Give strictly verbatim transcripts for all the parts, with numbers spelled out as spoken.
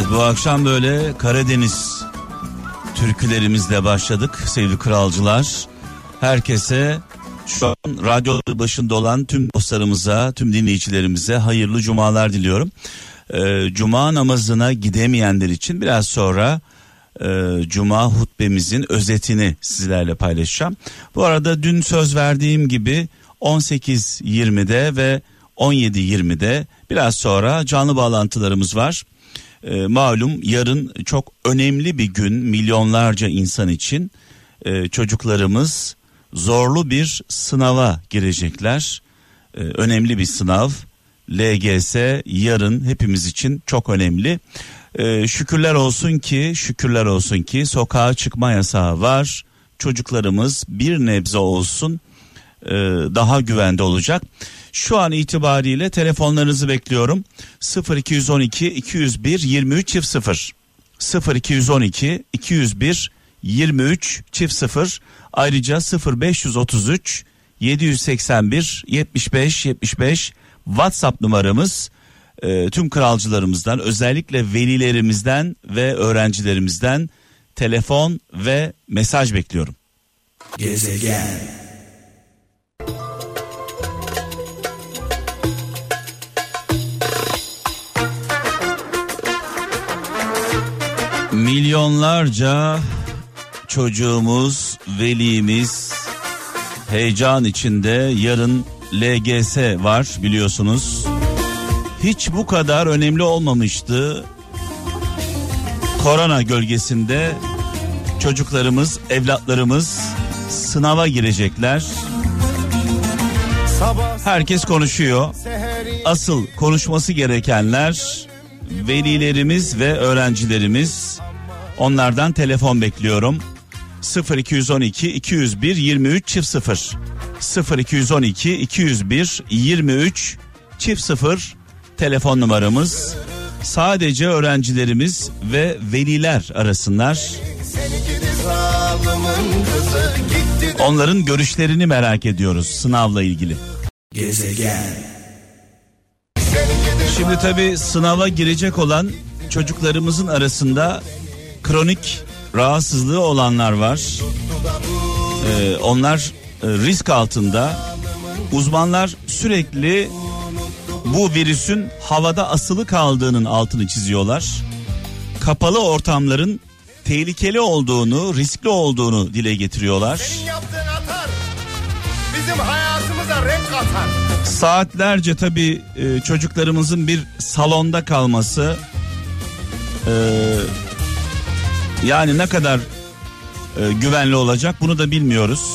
Evet, bu akşam böyle Karadeniz türkülerimizle başladık sevgili kralcılar. Herkese, şu an radyo başında olan tüm dostlarımıza, tüm dinleyicilerimize hayırlı cumalar diliyorum. Ee, Cuma namazına gidemeyenler için biraz sonra e, Cuma hutbemizin özetini sizlerle paylaşacağım. Bu arada dün söz verdiğim gibi on sekiz yirmide ve on yedi yirmide biraz sonra canlı bağlantılarımız var. E, malum yarın çok önemli bir gün milyonlarca insan için. E, çocuklarımız zorlu bir sınava girecekler. E, önemli bir sınav. L G S yarın hepimiz için çok önemli. E, şükürler olsun ki, şükürler olsun ki sokağa çıkma yasağı var. Çocuklarımız bir nebze olsun e, daha güvende olacak. Şu an itibariyle telefonlarınızı bekliyorum. sıfır iki on iki iki yüz bir yirmi üç çift sıfır sıfır iki on iki iki yüz bir yirmi üç çift sıfır. Ayrıca sıfır beş otuz üç yedi seksen bir yetmiş beş yetmiş beş WhatsApp numaramız. E, tüm kralcılarımızdan, özellikle velilerimizden ve öğrencilerimizden telefon ve mesaj bekliyorum. Gezegen. Milyonlarca çocuğumuz, velimiz heyecan içinde. Yarın L G S var biliyorsunuz. Hiç bu kadar önemli olmamıştı. Korona gölgesinde çocuklarımız, evlatlarımız sınava girecekler. Herkes konuşuyor. Asıl konuşması gerekenler velilerimiz ve öğrencilerimiz. Onlardan telefon bekliyorum. sıfır iki on iki iki yüz bir yirmi üç çift sıfır sıfır iki on iki iki yüz bir yirmi üç çift sıfır telefon numaramız. Sadece öğrencilerimiz ve veliler arasınlar. Onların görüşlerini merak ediyoruz sınavla ilgili. Gezegen. Şimdi tabii sınava girecek olan çocuklarımızın arasında kronik rahatsızlığı olanlar var. Ee, onlar e, risk altında. Uzmanlar sürekli bu virüsün havada asılı kaldığının altını çiziyorlar. Kapalı ortamların tehlikeli olduğunu, riskli olduğunu dile getiriyorlar. Senin yaptığın atar, bizim hayatımıza renk katar. Saatlerce tabii e, çocuklarımızın bir salonda kalması, e, yani ne kadar e, güvenli olacak bunu da bilmiyoruz.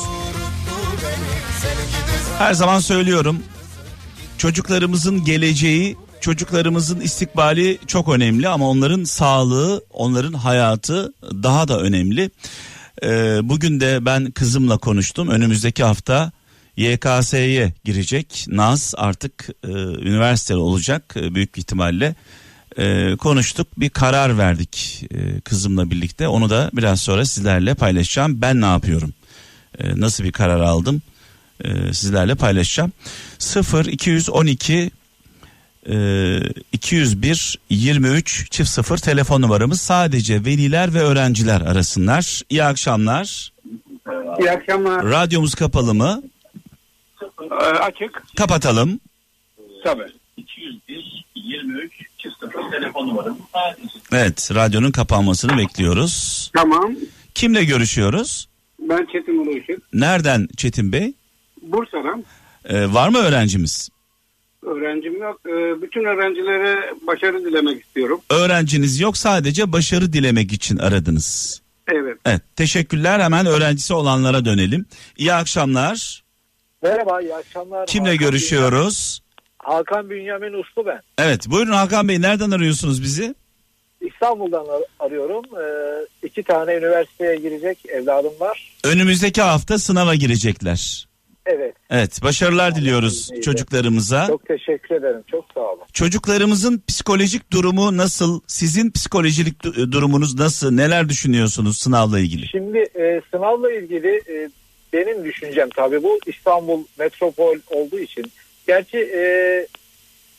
Her zaman söylüyorum, çocuklarımızın geleceği, çocuklarımızın istikbali çok önemli ama onların sağlığı, onların hayatı daha da önemli. E, bugün de ben kızımla konuştum. Önümüzdeki hafta Y K S'ye girecek. Naz artık e, üniversite olacak e, büyük ihtimalle. E, konuştuk, bir karar verdik e, kızımla birlikte. Onu da biraz sonra sizlerle paylaşacağım. Ben ne yapıyorum? E, nasıl bir karar aldım? E, sizlerle paylaşacağım. sıfır iki on iki iki yüz bir yirmi üç çift sıfır telefon numaramız. Sadece veliler ve öğrenciler arasınlar. İyi akşamlar. İyi akşamlar. Radyomuz kapalı mı? Ee, açık. Kapatalım. Tabii. iki yüz bir yirmi üç çift sıfır telefon numaramız. Evet, radyonun kapanmasını bekliyoruz. Tamam. Kimle görüşüyoruz? Ben Çetin Uluışık. Nereden Çetin Bey? Bursa'dan. Ee, var mı öğrencimiz? Öğrencim yok. Ee, bütün öğrencilere başarı dilemek istiyorum. Öğrenciniz yok, sadece başarı dilemek için aradınız. Evet. Evet, teşekkürler. Hemen öğrencisi olanlara dönelim. İyi akşamlar. Merhaba, iyi akşamlar. Kimle Hakan görüşüyoruz? Bünyamin, Hakan Bünyamin Uslu ben. Evet, buyurun Hakan Bey, nereden arıyorsunuz bizi? İstanbul'dan ar- arıyorum. Ee, iki tane üniversiteye girecek evladım var. Önümüzdeki hafta sınava girecekler. Evet. Evet, başarılar diliyoruz çocuklarımıza. Çok teşekkür ederim, çok sağ olun. Çocuklarımızın psikolojik durumu nasıl? Sizin psikolojik du- durumunuz nasıl? Neler düşünüyorsunuz sınavla ilgili? Şimdi e, sınavla ilgili e, benim düşüncem tabii bu İstanbul metropol olduğu için. Gerçi e,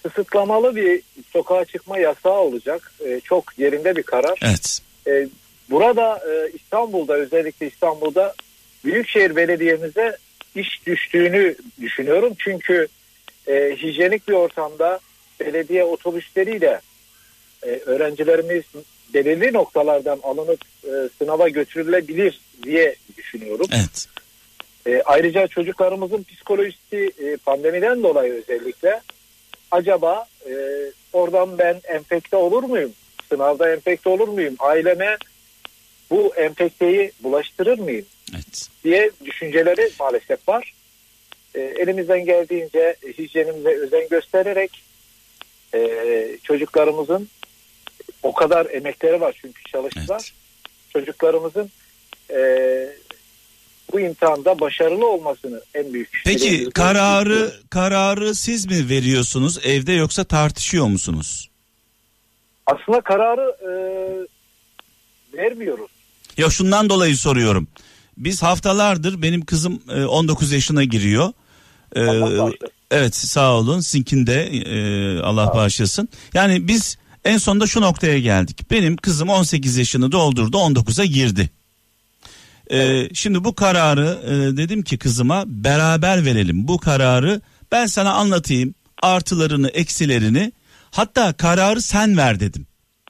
kısıtlamalı bir sokağa çıkma yasağı olacak. E, çok yerinde bir karar. Evet. E, burada e, İstanbul'da, özellikle İstanbul'da Büyükşehir Belediye'mize iş düştüğünü düşünüyorum. Çünkü e, hijyenik bir ortamda belediye otobüsleriyle e, öğrencilerimiz belirli noktalardan alınıp e, sınava götürülebilir diye düşünüyorum. Evet. E, ayrıca çocuklarımızın psikolojisi e, pandemiden dolayı özellikle acaba e, oradan ben enfekte olur muyum? Sınavda enfekte olur muyum? Aileme bu enfekteyi bulaştırır mıyım? Evet. Diye düşünceleri maalesef var. E, elimizden geldiğince hijyenimize özen göstererek e, çocuklarımızın o kadar emekleri var çünkü çalıştılar. Evet. Çocuklarımızın e, bu imtihanda başarılı olmasını en büyük. Peki kararı kararı siz mi veriyorsunuz evde yoksa tartışıyor musunuz? Aslında kararı e, vermiyoruz. Ya şundan dolayı soruyorum. Biz haftalardır benim kızım on dokuz yaşına giriyor. Ee, evet sağ olun sizinkinde e, Allah sağ bağışlasın. Yani biz en sonunda şu noktaya geldik. Benim kızım on sekiz yaşını doldurdu, on dokuza girdi. Ee, evet. Şimdi bu kararı e, dedim ki kızıma beraber verelim. Bu kararı ben sana anlatayım, artılarını eksilerini, hatta kararı sen ver dedim.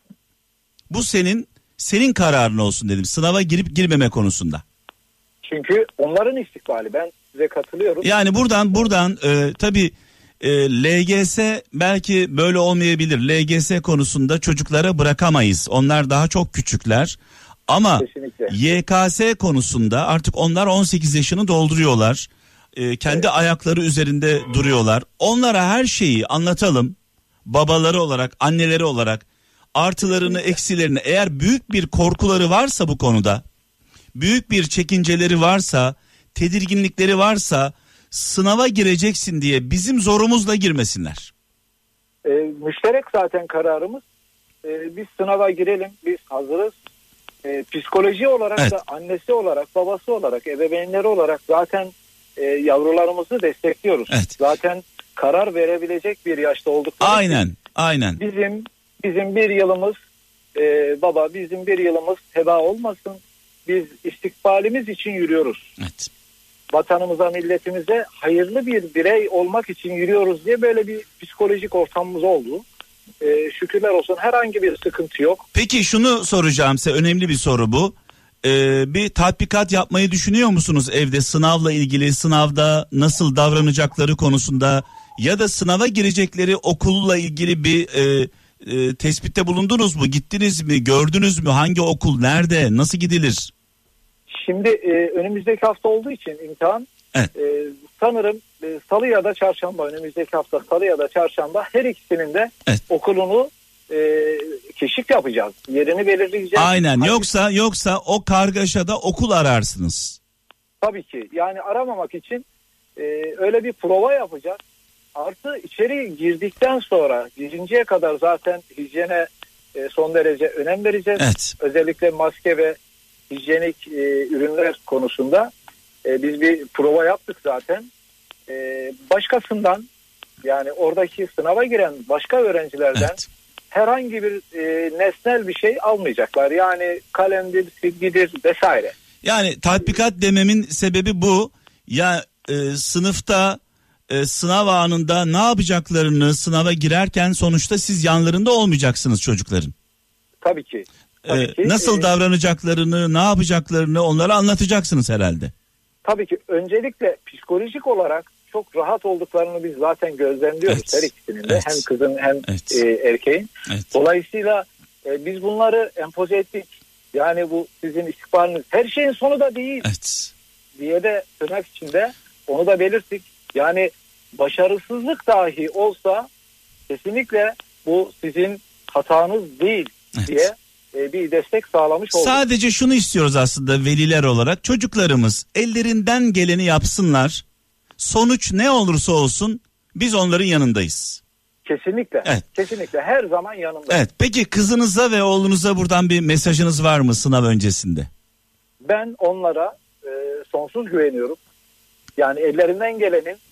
Bu senin senin kararın olsun dedim sınava girip girmeme konusunda. Çünkü onların istikbali, ben size katılıyorum. Yani buradan buradan e, tabii e, L G S belki böyle olmayabilir. L G S konusunda çocuklara bırakamayız. Onlar daha çok küçükler. Ama kesinlikle. Y K S konusunda artık onlar on sekiz yaşını dolduruyorlar. E, kendi evet. ayakları üzerinde duruyorlar. Onlara her şeyi anlatalım. Babaları olarak, anneleri olarak artılarını, eksilerini, eğer büyük bir korkuları varsa bu konuda, büyük bir çekinceleri varsa, tedirginlikleri varsa sınava gireceksin diye bizim zorumuzla girmesinler. E, müşterek zaten kararımız. E, biz sınava girelim, biz hazırız. E, psikoloji olarak evet. da annesi olarak, babası olarak, ebeveynleri olarak zaten e, yavrularımızı destekliyoruz. Evet. Zaten karar verebilecek bir yaşta oldukları aynen, için aynen. Bizim bizim bir yılımız e, baba bizim bir yılımız heba olmasın. Biz istikbalimiz için yürüyoruz. Evet. Vatanımıza, milletimize hayırlı bir birey olmak için yürüyoruz diye böyle bir psikolojik ortamımız oldu. Ee, şükürler olsun herhangi bir sıkıntı yok. Peki şunu soracağım size, önemli bir soru bu. Ee, bir tatbikat yapmayı düşünüyor musunuz evde sınavla ilgili, sınavda nasıl davranacakları konusunda ya da sınava girecekleri okulla ilgili bir e, e, tespitte bulundunuz mu? Gittiniz mi? Gördünüz mü? Hangi okul? Nerede? Nasıl gidilir? Şimdi e, önümüzdeki hafta olduğu için imtihan evet. e, sanırım e, salı ya da çarşamba, önümüzdeki hafta salı ya da çarşamba her ikisinin de evet. okulunu e, keşif yapacağız. Yerini belirleyeceğiz. Aynen. Hangi... Yoksa yoksa o kargaşada okul ararsınız. Tabii ki. Yani aramamak için e, öyle bir prova yapacağız. Artı içeri girdikten sonra girinceye kadar zaten hijyene e, son derece önem vereceğiz. Evet. Özellikle maske ve hijyenik e, ürünler konusunda e, biz bir prova yaptık zaten. E, başkasından yani oradaki sınava giren başka öğrencilerden evet. herhangi bir e, nesnel bir şey almayacaklar. Yani kalemdir, silgidir vesaire. Yani tatbikat dememin sebebi bu. Ya e, sınıfta e, sınav anında ne yapacaklarını sınava girerken sonuçta siz yanlarında olmayacaksınız çocukların. Tabii ki. Tabii ee, ki. Nasıl ee, davranacaklarını, ne yapacaklarını onlara anlatacaksınız herhalde. Tabii ki. Öncelikle psikolojik olarak çok rahat olduklarını biz zaten gözlemliyoruz evet. her ikisinin de. Evet. Hem kızın hem evet. e, erkeğin. Evet. Dolayısıyla e, biz bunları empoze ettik. Yani bu sizin istikbaliniz her şeyin sonu da değil evet. diye de tırnak içinde onu da belirttik. Yani başarısızlık dahi olsa kesinlikle bu sizin hatanız değil evet. diye bir destek sağlamış olduk. Sadece şunu istiyoruz aslında veliler olarak, çocuklarımız ellerinden geleni yapsınlar. Sonuç ne olursa olsun biz onların yanındayız. Kesinlikle. Evet. Kesinlikle her zaman yanındayız. Evet. Peki kızınıza ve oğlunuza buradan bir mesajınız var mı sınav öncesinde? Ben onlara e, sonsuz güveniyorum. Yani ellerinden gelenin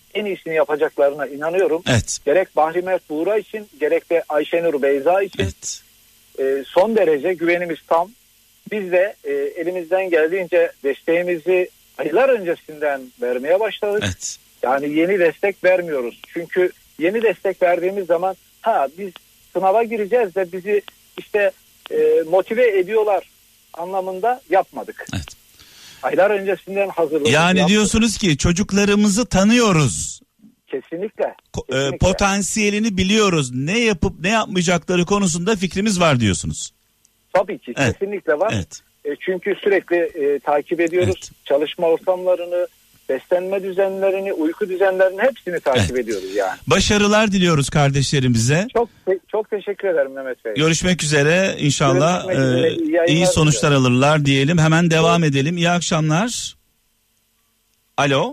en iyisini yapacaklarına inanıyorum. Evet. Gerek Bahri Mert Buğra için gerek de Ayşenur Beyza için Evet. e, son derece güvenimiz tam. Biz de e, elimizden geldiğince desteğimizi aylar öncesinden vermeye başladık. Evet. Yani yeni destek vermiyoruz. Çünkü yeni destek verdiğimiz zaman ha biz sınava gireceğiz de bizi işte e, motive ediyorlar anlamında yapmadık. Evet. Aylar öncesinden hazırladık. Yani yaptık. diyorsunuz ki çocuklarımızı tanıyoruz. Kesinlikle. Ko- kesinlikle. e, potansiyelini biliyoruz. Ne yapıp ne yapmayacakları konusunda fikrimiz var diyorsunuz. Tabii ki Evet. kesinlikle var. Evet. E, çünkü sürekli e, takip ediyoruz. Evet. Çalışma ortamlarını, beslenme düzenlerini, uyku düzenlerini hepsini takip Evet. ediyoruz yani. Başarılar diliyoruz kardeşlerimize. Çok çok teşekkür ederim Mehmet Bey. Görüşmek üzere inşallah. Görüşmek üzere, e, iyi yayınlar iyi sonuçlar diliyorum. alırlar diyelim. Hemen devam edelim. İyi akşamlar. Alo.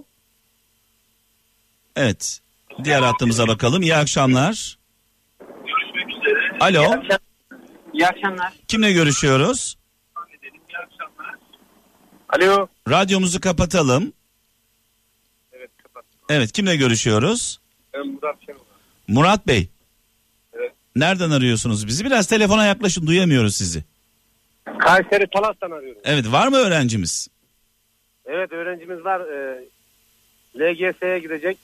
Evet. Diğer hattımıza bakalım. İyi akşamlar. Görüşmek üzere. Alo. İyi akşamlar. Kimle görüşüyoruz? Alo. Radyomuzu kapatalım. Evet, kapat. Evet, kimle görüşüyoruz? Ben Murat Şenol. Murat Bey. Evet. Nereden arıyorsunuz bizi? Biraz telefona yaklaşın, duyamıyoruz sizi. Kayseri Talas'tan arıyorum. Evet, var mı öğrencimiz? Evet, öğrencimiz var. Ee, L G S'ye gidecek.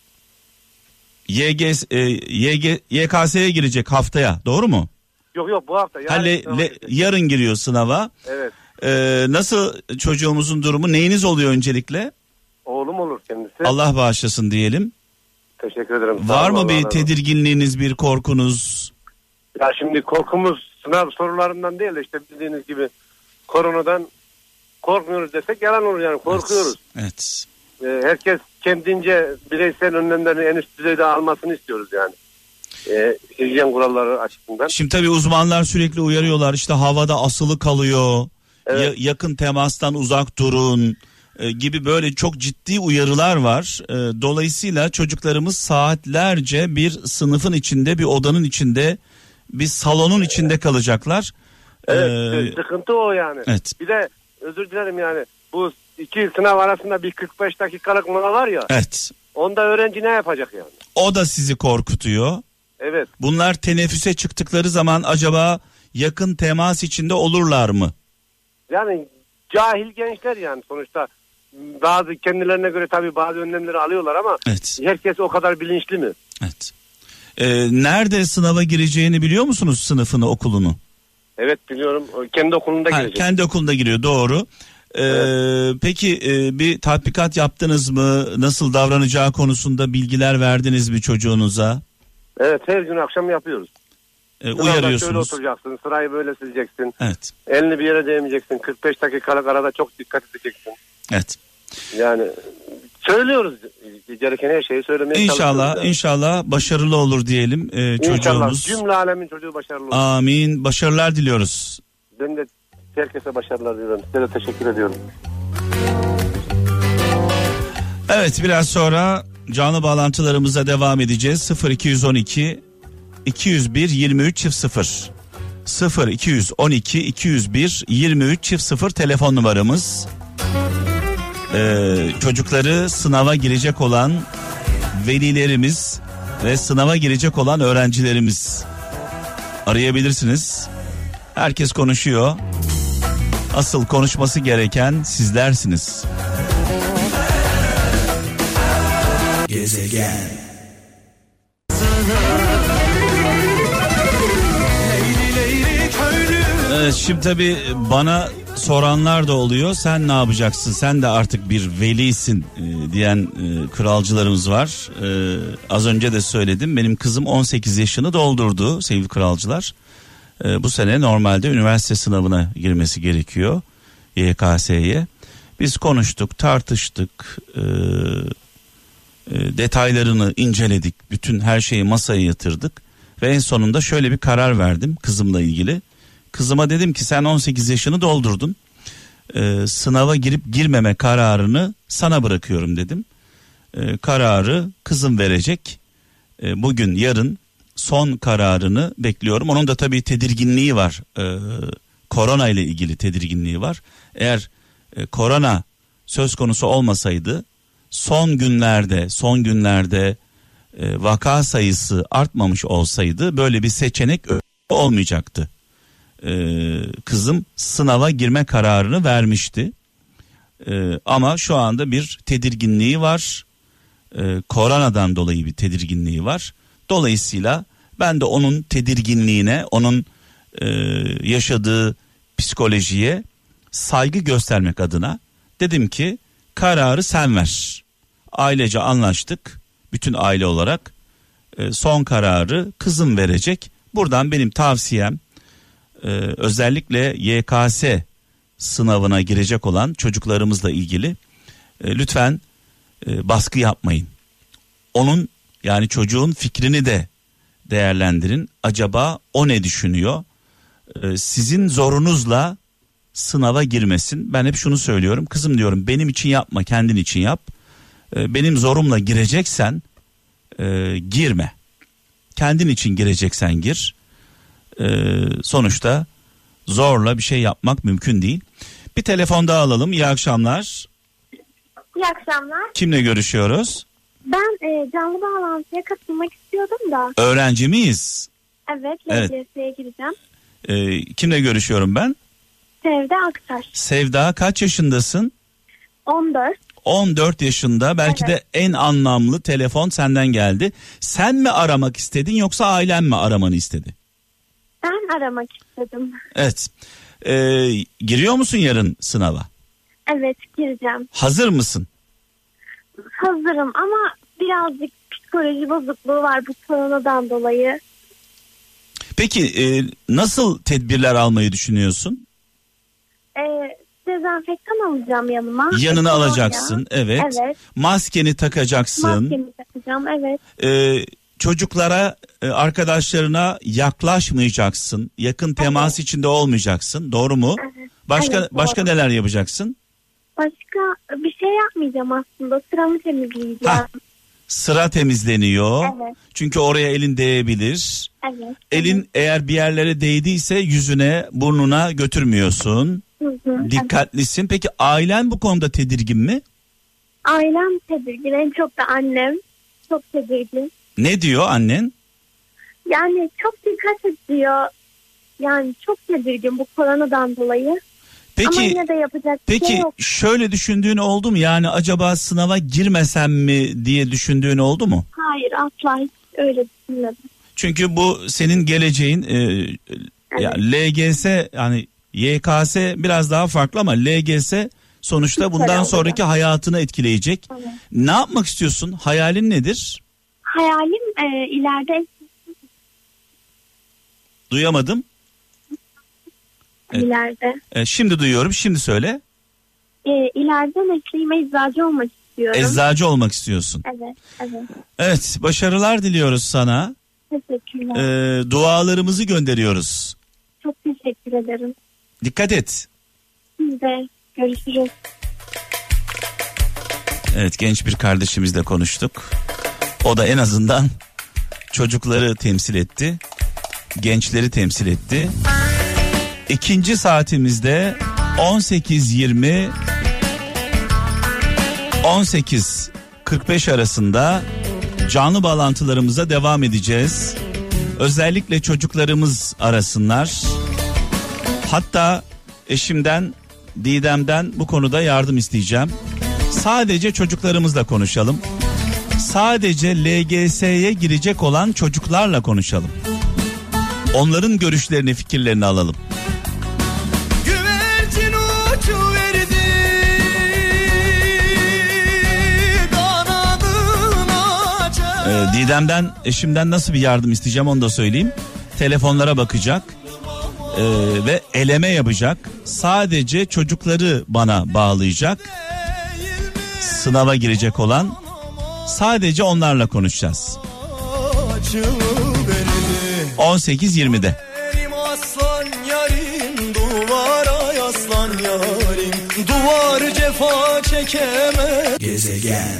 Y G S, e, Y G, Y K S'ye girecek haftaya, doğru mu? Yok yok bu hafta. Ha, le- sınava le- gidecek. yarın giriyor sınava. Evet. Ee, nasıl çocuğumuzun durumu? Neyiniz oluyor öncelikle? Oğlum olur kendisi. Allah bağışlasın diyelim. Teşekkür ederim. Var Sağ olun, mı bir Allah razı olsun. tedirginliğiniz, bir korkunuz? Ya şimdi korkumuz sınav sorularından değil de işte bildiğiniz gibi koronadan korkmuyoruz desek yalan olur yani korkuyoruz. Evet. Ee, herkes kendince bireysel önlemlerini en üst düzeyde almasını istiyoruz yani. Ee, hijyen kuralları açısından. Şimdi tabii uzmanlar sürekli uyarıyorlar. İşte havada asılı kalıyor. Evet. Ya- yakın temastan uzak durun e, gibi böyle çok ciddi uyarılar var. E, dolayısıyla çocuklarımız saatlerce bir sınıfın içinde, bir odanın içinde, bir salonun içinde kalacaklar. Evet, Ee, sıkıntı o yani. evet. Bir de özür dilerim yani bu iki sınav arasında bir kırk beş dakikalık mola var ya. Evet. Onda öğrenci ne yapacak yani? O da sizi korkutuyor. Evet. Bunlar teneffüse çıktıkları zaman acaba yakın temas içinde olurlar mı? Yani cahil gençler yani sonuçta bazı kendilerine göre tabii bazı önlemleri alıyorlar ama Evet. herkes o kadar bilinçli mi? Evet. Ee, nerede sınava gireceğini biliyor musunuz, sınıfını, okulunu? Evet biliyorum. O kendi okulunda Ha, girecek. kendi okulunda giriyor, doğru. Ee, Evet. Peki e, bir tatbikat yaptınız mı? Nasıl davranacağı konusunda bilgiler verdiniz mi çocuğunuza? Evet her gün akşam yapıyoruz. Ee, Sırada şöyle uyarıyorsunuz. oturacaksın, sırayı böyle sileceksin. Evet. Elini bir yere değmeyeceksin. kırk beş dakikalık arada çok dikkat edeceksin. Evet. Yani söylüyoruz. Gereken her şeyi söylemeye İnşallah, çalışıyoruz yani. inşallah başarılı olur diyelim e, İnşallah çocuğumuz. cümle alemin çocuğu başarılı olur. Amin. Başarılar diliyoruz. Ben de herkese başarılar diliyorum. Size de teşekkür ediyorum. Evet, biraz sonra canlı bağlantılarımıza devam edeceğiz. sıfır iki on iki iki yüz bir yirmi üç çift sıfır sıfır iki on iki iki yüz bir yirmi üç çift sıfır telefon numaramız. Ee, çocukları sınava girecek olan velilerimiz ve sınava girecek olan öğrencilerimiz arayabilirsiniz. Herkes konuşuyor. Asıl konuşması gereken sizlersiniz. Gezegen. Evet, şimdi tabii bana soranlar da oluyor. Sen ne yapacaksın? Sen de artık bir velisin e, diyen e, kralcılarımız var. E, az önce de söyledim. Benim kızım on sekiz yaşını doldurdu sevgili kralcılar. E, bu sene normalde üniversite sınavına girmesi gerekiyor. Y K S'ye. Biz konuştuk, tartıştık. E, e, detaylarını inceledik. Bütün her şeyi masaya yatırdık. Ve en sonunda şöyle bir karar verdim kızımla ilgili. Kızıma dedim ki sen on sekiz yaşını doldurdun. Ee, sınava girip girmeme kararını sana bırakıyorum dedim. Ee, kararı kızım verecek. Ee, bugün yarın son kararını bekliyorum. Onun da tabii tedirginliği var. Ee, korona ile ilgili tedirginliği var. Eğer e, korona söz konusu olmasaydı son günlerde son günlerde e, vaka sayısı artmamış olsaydı böyle bir seçenek olmayacaktı. E, kızım sınava girme kararını vermişti. E, ama şu anda bir tedirginliği var. E, koronadan dolayı bir tedirginliği var. Dolayısıyla ben de onun tedirginliğine, onun e, yaşadığı psikolojiye saygı göstermek adına dedim ki kararı sen ver. Ailece anlaştık, bütün aile olarak e, son kararı kızım verecek. Buradan benim tavsiyem e, özellikle Y K S sınavına girecek olan çocuklarımızla ilgili e, lütfen e, baskı yapmayın. Onun, yani çocuğun fikrini de değerlendirin. Acaba o ne düşünüyor? E, sizin zorunuzla sınava girmesin. Ben hep şunu söylüyorum. Kızım diyorum, benim için yapma, kendin için yap. E, benim zorumla gireceksen e, girme. Kendin için gireceksen gir. E, sonuçta zorla bir şey yapmak mümkün değil. Bir telefon daha alalım. İyi akşamlar. İyi akşamlar. Kimle görüşüyoruz? Ben e, canlı bağlantıya katılmak istiyordum da. Öğrenci miyiz? Evet, Evet. L G S'ye gireceğim. E, kimle görüşüyorum ben? Sevda Aktaş. Sevda, kaç yaşındasın? on dört. on dört yaşında, belki Evet. de en anlamlı telefon senden geldi. Sen mi aramak istedin yoksa ailen mi aramanı istedi? Ben aramak istedim. Evet. Ee, giriyor musun yarın sınava? Evet, gireceğim. Hazır mısın? Hazırım ama birazcık psikoloji bozukluğu var bu koronadan dolayı. Peki e, nasıl tedbirler almayı düşünüyorsun? E, dezenfektan alacağım yanıma. Yanına Kolonya. alacaksın, evet. Evet. Maskeni takacaksın. Maskemi takacağım, evet. Ee, çocuklara, e, arkadaşlarına yaklaşmayacaksın. Yakın temas içinde olmayacaksın. Doğru mu? Evet. Başka Evet, doğru. başka neler yapacaksın? Başka bir şey yapmayacağım aslında. Sıramı temizleyeceğim. Hah. Sıra temizleniyor. Evet. Çünkü oraya elin değebilir. Evet. Elin evet. eğer bir yerlere değdiyse yüzüne, burnuna götürmüyorsun. Hı hı, Dikkatlisin. Peki ailen bu konuda tedirgin mi? Ailem tedirgin. En çok da annem çok tedirgin. Ne diyor annen? Yani çok dikkat ediyor. Yani çok tedirgin bu koronadan dolayı. Ama Peki yine de yapacak bir peki şey yok. şöyle düşündüğün oldu mu? Yani acaba sınava girmesem mi diye düşündüğün oldu mu? Hayır, asla hiç öyle düşünmedim. Çünkü bu senin geleceğin e, ya L G S, yani Y K S biraz daha farklı ama L G S sonuçta Çok bundan önemli. sonraki hayatını etkileyecek. Evet. Ne yapmak istiyorsun? Hayalin nedir? Hayalim e, ileride Duyamadım. Evet. ileride E, şimdi duyuyorum. Şimdi söyle. e, ileride mesleğime eczacı olmak istiyorum. Eczacı olmak istiyorsun. Evet, evet. Evet, başarılar diliyoruz sana. Teşekkürler. E, dualarımızı gönderiyoruz. Çok teşekkür ederim. Dikkat et. Siz de görüşürüz. Evet, genç bir kardeşimizle konuştuk. O da en azından çocukları temsil etti. Gençleri temsil etti. İkinci saatimizde on sekiz yirmi on sekiz kırk beş arasında canlı bağlantılarımıza devam edeceğiz. Özellikle çocuklarımız arasınlar. Hatta eşimden, Didem'den bu konuda yardım isteyeceğim. Sadece çocuklarımızla konuşalım. Sadece L G S'ye girecek olan çocuklarla konuşalım. Onların görüşlerini, fikirlerini alalım. Güvercin uçuverdi, kanadını açar. Ee, Didem'den, eşimden nasıl bir yardım isteyeceğim onu da söyleyeyim. Telefonlara bakacak ee, ve eleme yapacak. Sadece çocukları bana bağlayacak. Sınava girecek olan, sadece onlarla konuşacağız. on sekiz yirmide. Benim aslan yarim, duvara yaslan yarim, duvar cefa çekemez. Gezegen.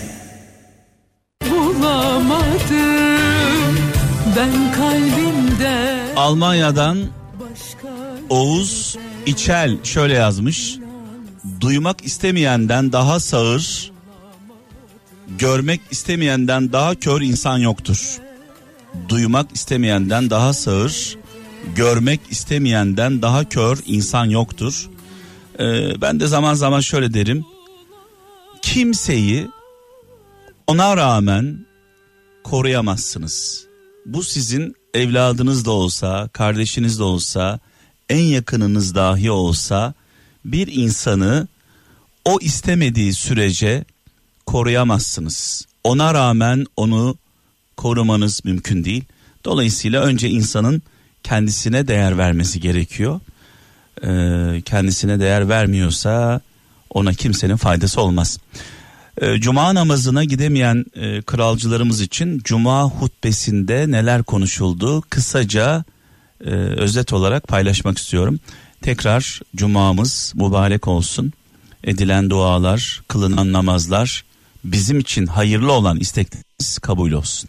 Bulamadım ben kalbimde. Almanya'dan Oğuz İçel şöyle yazmış. Duymak istemeyenden daha sağır, görmek istemeyenden daha kör insan yoktur. Duymak istemeyenden daha sağır, görmek istemeyenden daha kör insan yoktur. Ee, ben de zaman zaman şöyle derim. Kimseyi ona rağmen koruyamazsınız. Bu sizin evladınız da olsa, kardeşiniz de olsa, en yakınınız dahi olsa bir insanı o istemediği sürece koruyamazsınız. Ona rağmen onu korumanız mümkün değil. Dolayısıyla önce insanın kendisine değer vermesi gerekiyor. Ee, kendisine değer vermiyorsa ona kimsenin faydası olmaz. Ee, Cuma namazına gidemeyen e, kralcılarımız için Cuma hutbesinde neler konuşuldu? Kısaca e, özet olarak paylaşmak istiyorum. Tekrar Cuma'mız mübarek olsun. Edilen dualar, kılınan namazlar bizim için hayırlı olan isteklerimiz kabul olsun.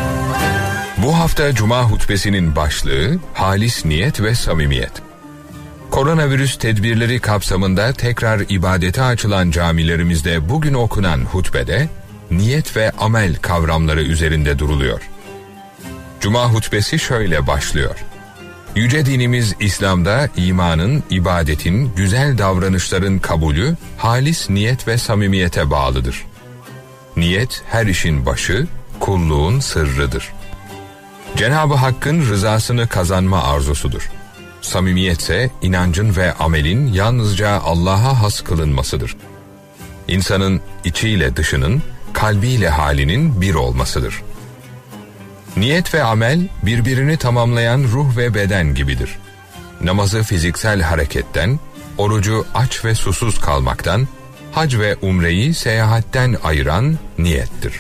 Bu hafta Cuma hutbesinin başlığı halis niyet ve samimiyet. Koronavirüs tedbirleri kapsamında tekrar ibadete açılan camilerimizde bugün okunan hutbede niyet ve amel kavramları üzerinde duruluyor. Cuma hutbesi şöyle başlıyor. Yüce dinimiz İslam'da imanın, ibadetin, güzel davranışların kabulü halis niyet ve samimiyete bağlıdır. Niyet her işin başı, kulluğun sırrıdır. Cenab-ı Hakk'ın rızasını kazanma arzusudur. Samimiyetse inancın ve amelin yalnızca Allah'a has kılınmasıdır. İnsanın içiyle dışının, kalbiyle halinin bir olmasıdır. Niyet ve amel birbirini tamamlayan ruh ve beden gibidir. Namazı fiziksel hareketten, orucu aç ve susuz kalmaktan, hac ve umreyi seyahatten ayıran niyettir.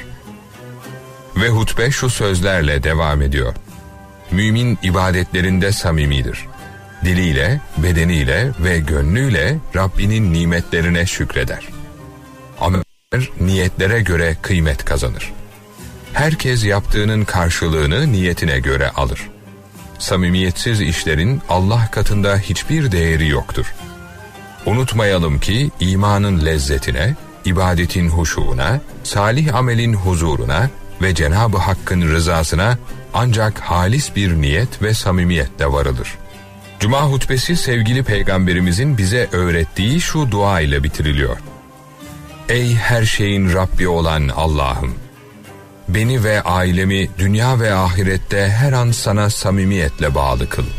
Ve hutbe şu sözlerle devam ediyor. Mümin ibadetlerinde samimidir. Diliyle, bedeniyle ve gönlüyle Rabbinin nimetlerine şükreder. Amel niyetlere göre kıymet kazanır. Herkes yaptığının karşılığını niyetine göre alır. Samimiyetsiz işlerin Allah katında hiçbir değeri yoktur. Unutmayalım ki imanın lezzetine, ibadetin huşuğuna, salih amelin huzuruna ve Cenab-ı Hakk'ın rızasına ancak halis bir niyet ve samimiyetle varılır. Cuma hutbesi sevgili peygamberimizin bize öğrettiği şu dua ile bitiriliyor. Ey her şeyin Rabbi olan Allah'ım! Beni ve ailemi dünya ve ahirette her an sana samimiyetle bağlı kıl.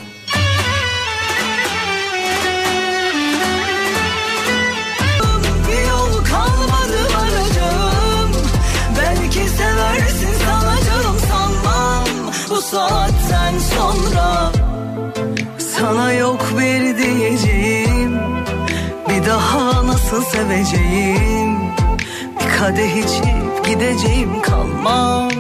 Bir yol kalmadı varacağım. Belki seversin sanacağım, sanmam bu saatten sonra. Sana yok bir diyeceğim, bir daha nasıl seveceğim? Bir kadeh içip gideceğim, kalmam.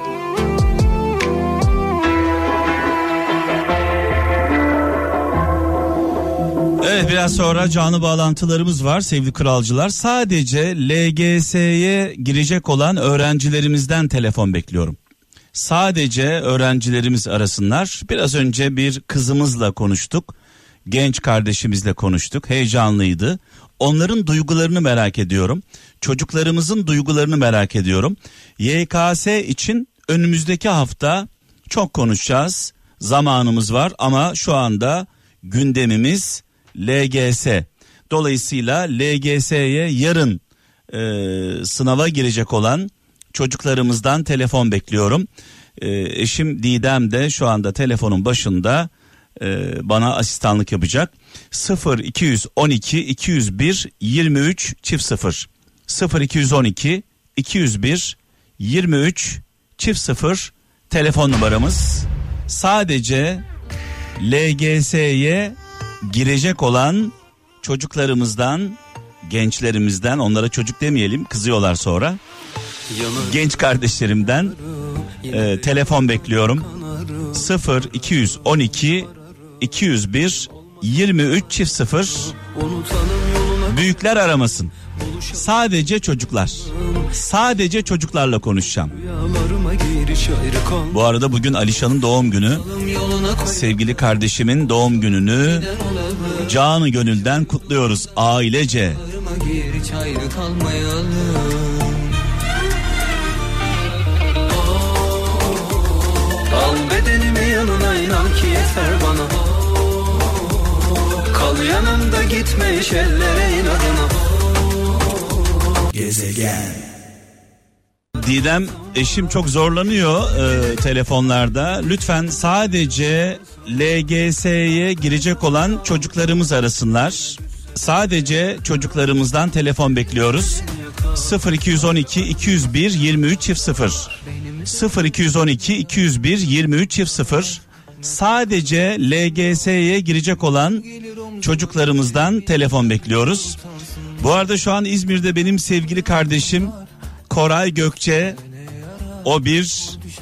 Evet, biraz sonra canlı bağlantılarımız var sevgili kralcılar. Sadece L G S'ye girecek olan öğrencilerimizden telefon bekliyorum. Sadece öğrencilerimiz arasınlar. Biraz önce bir kızımızla konuştuk. Genç kardeşimizle konuştuk. Heyecanlıydı. Onların duygularını merak ediyorum. Çocuklarımızın duygularını merak ediyorum. Y K S için önümüzdeki hafta çok konuşacağız. Zamanımız var ama şu anda gündemimiz L G S. Dolayısıyla L G S'ye yarın e, sınava girecek olan çocuklarımızdan telefon bekliyorum. E, eşim Didem de şu anda telefonun başında e, bana asistanlık yapacak. sıfır iki on iki iki yüz bir yirmi üç çift sıfır sıfır iki on iki iki yüz bir yirmi üç çift sıfır telefon numaramız. Sadece L G S'ye girecek olan çocuklarımızdan, gençlerimizden, onlara çocuk demeyelim, kızıyorlar sonra. Genç kardeşlerimden e, telefon bekliyorum. sıfır iki on iki iki yüz bir yirmi üç çift sıfır. Büyükler aramasın. Sadece çocuklar. Sadece çocuklarla konuşacağım. Bu arada bugün Alişan'ın doğum günü. Sevgili kardeşimin doğum gününü canı gönülden kutluyoruz ailece. sanki yeter bana. Kal yanımda gitme hiç ellere inadına. Gezegen. Didem, eşim çok zorlanıyor e, telefonlarda. Lütfen sadece L G S'ye girecek olan çocuklarımız arasınlar. Sadece çocuklarımızdan telefon bekliyoruz. sıfır iki on iki iki yüz bir yirmi üç çift sıfır sıfır iki on iki iki yüz bir yirmi üç çift sıfır. Sadece L G S'ye girecek olan çocuklarımızdan telefon bekliyoruz. Bu arada şu an İzmir'de benim sevgili kardeşim Koray Gökçe, o bir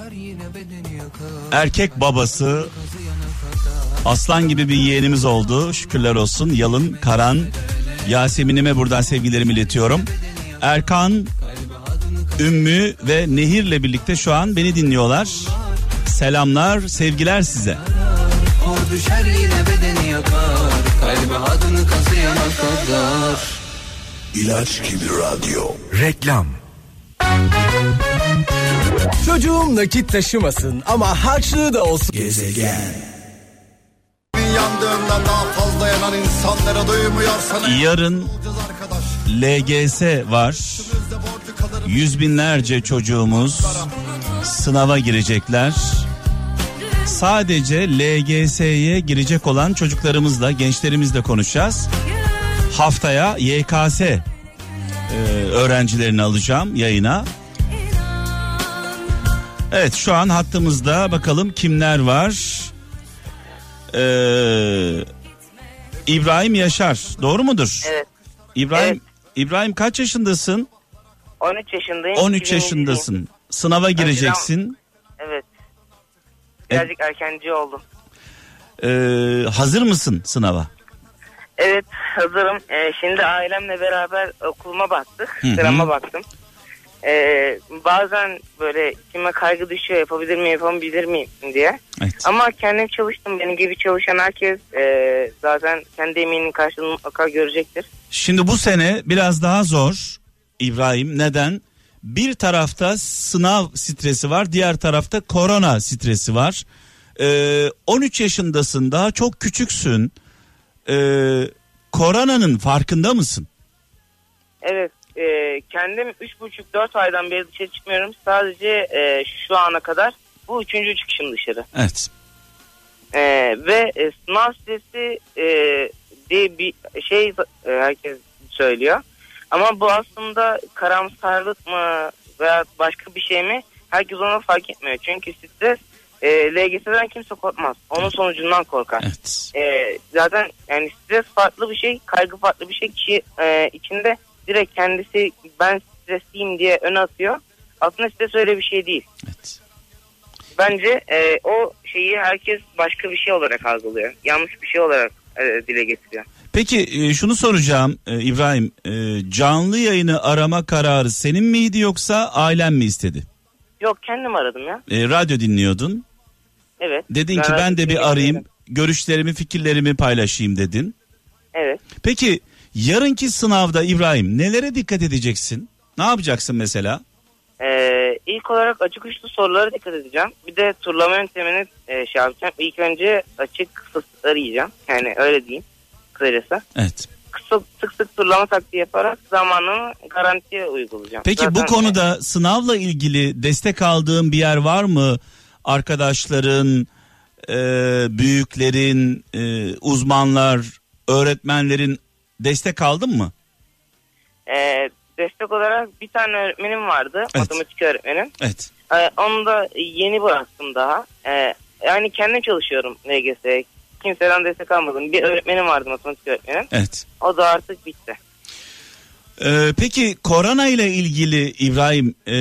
erkek babası, aslan gibi bir yeğenimiz oldu, şükürler olsun. Yalın, Karan, Yasemin'ime buradan sevgilerimi iletiyorum. Erkan, Ümmü ve Nehir'le birlikte şu an beni dinliyorlar. Selamlar, sevgiler size. O düşer yine bedeni yakar, kalbe adını kazıyana kadar. İlaç gibi radyo. Reklam. Çocuğum nakit taşımasın ama harçlığı da olsun. Gezegen. Yandığımdan daha fazla yanan insanlara duymuyorsan. Yarın L G S var. Yüz binlerce çocuğumuz sınava girecekler. Sadece L G S'ye girecek olan çocuklarımızla, gençlerimizle konuşacağız. Haftaya Y K S e, öğrencilerini alacağım yayına. Evet, şu an hattımızda bakalım kimler var. Ee, İbrahim Yaşar, doğru mudur? Evet. İbrahim, evet. İbrahim kaç yaşındasın? on üç yaşındayım. on üç yaşındasın. Sınava gireceksin. Evet. Birazcık evet. Erkenci oldum. Ee, hazır mısın sınava? Evet, hazırım. Ee, şimdi ailemle beraber okuluma baktık. Sırama baktım. Ee, bazen böyle içime kaygı düşüyor, yapabilir miyim yapabilir miyim diye. Evet. Ama kendim çalıştım. Benim gibi çalışan herkes e, zaten kendi emeğinin karşılığını mutlaka görecektir. Şimdi bu sene biraz daha zor İbrahim. Neden? Bir tarafta sınav stresi var, diğer tarafta korona stresi var. Ee, on üç yaşındasın, daha çok küçüksün. Ee, koronanın farkında mısın? Evet. E, kendim üç buçuk dört aydan beri dışarı çıkmıyorum. Sadece e, şu ana kadar bu üçüncü çıkışım dışarı. Evet. E, ve e, sınav stresi e, diye bir şey e, herkes söylüyor. Ama bu aslında karamsarlık mı veya başka bir şey mi? Herkes onu fark etmiyor. Çünkü stres e, L G S'den kimse korkmaz. Onun sonucundan korkar. Evet. E, zaten yani stres farklı bir şey, kaygı farklı bir şey. Kişi e, içinde direkt kendisi ben stresliyim diye öne atıyor. Aslında stres öyle bir şey değil. Evet. Bence e, o şeyi herkes başka bir şey olarak algılıyor. Yanlış bir şey olarak e, dile getiriyor. Peki e, şunu soracağım e, İbrahim. E, canlı yayını arama kararı senin miydi yoksa ailen mi istedi? Yok, kendim aradım ya. E, radyo dinliyordun. Evet. Dedin ben ki ben de bir arayayım, ederim. görüşlerimi, fikirlerimi paylaşayım dedin. Evet. Peki yarınki sınavda İbrahim nelere dikkat edeceksin? Ne yapacaksın mesela? Ee, ilk olarak açık uçlu sorulara dikkat edeceğim. Bir de turlama yöntemini e, şey yapacağım. İlk önce açık fıstıkları yiyeceğim. Yani öyle diyeyim kısacası. Evet. Kısa, sık sık turlama taktiği yaparak zamanını garantiye uygulayacağım. Peki zaten bu konuda sınavla ilgili destek aldığın bir yer var mı? Arkadaşların, e, büyüklerin, e, uzmanlar, öğretmenlerin destek aldın mı? Ee, destek olarak bir tane öğretmenim vardı. Evet. Matematik öğretmenim. Evet. Ee, onu da yeni bıraktım daha. Ee, yani kendim çalışıyorum L G S'ye. Kimseden destek almadım. Bir öğretmenim vardı, matematik öğretmenim. Evet. O da artık bitti. Ee, peki korona ile ilgili İbrahim e,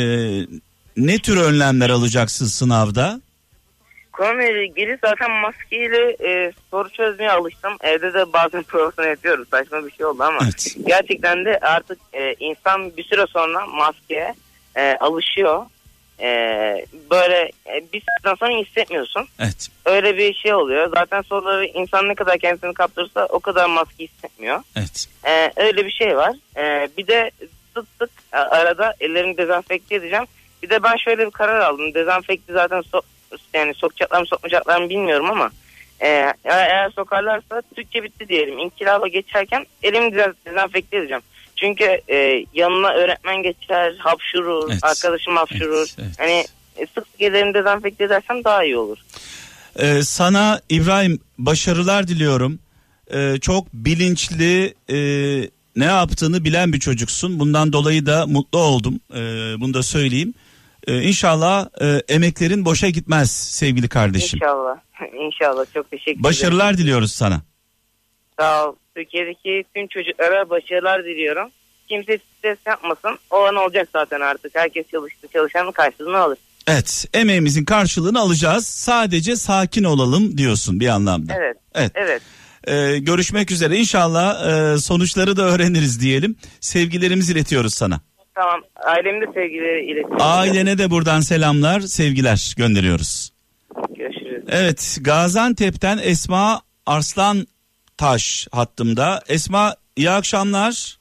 ne tür önlemler alacaksın sınavda? Korona ile ilgili zaten maskeyle e, soru çözmeye alıştım. Evde de bazen provasını yapıyoruz. Saçma bir şey oldu ama. Evet. Gerçekten de artık e, insan bir süre sonra maskeye e, alışıyor. E, böyle e, bir süreden sonra hissetmiyorsun. Evet. Öyle bir şey oluyor. Zaten soruları insan ne kadar kendisini kaptırırsa o kadar maske hissetmiyor. Evet. E, öyle bir şey var. E, bir de sık sık arada ellerimi dezenfekte edeceğim. Bir de ben şöyle bir karar aldım. Dezenfekte zaten so- yani sokacaklar mı sokmayacaklar mı bilmiyorum ama e, eğer sokarlarsa Türkçe bitti diyelim. İnkılaba geçerken elimi biraz dezenfekte edeceğim. Çünkü e, yanına öğretmen geçer, hapşurur, evet. arkadaşım hapşurur. Evet, evet. Hani e, sık sık ellerimi dezenfekte edersem daha iyi olur. Ee, sana İbrahim başarılar diliyorum. Ee, çok bilinçli, e, ne yaptığını bilen bir çocuksun. Bundan dolayı da mutlu oldum. Ee, bunu da söyleyeyim. Ee, İnşallah e, emeklerin boşa gitmez sevgili kardeşim. İnşallah. İnşallah. Çok teşekkür ederim. Başarılar diliyoruz sana. Sağ ol. Türkiye'deki tüm çocuklara başarılar diliyorum. Kimse stres yapmasın. O an olacak zaten artık. Herkes çalıştı. Çalışanın karşılığını alır. Evet. Emeğimizin karşılığını alacağız. Sadece sakin olalım diyorsun bir anlamda. Evet. Evet. Evet. Ee, görüşmek üzere. İnşallah e, sonuçları da öğreniriz diyelim. Sevgilerimizi iletiyoruz sana. Tamam. Ailemde sevgileri iletiyorum. Ailene de buradan selamlar, sevgiler gönderiyoruz. Görüşürüz. Evet. Gaziantep'ten Esma Arslan Taş hattımda. Esma, iyi akşamlar.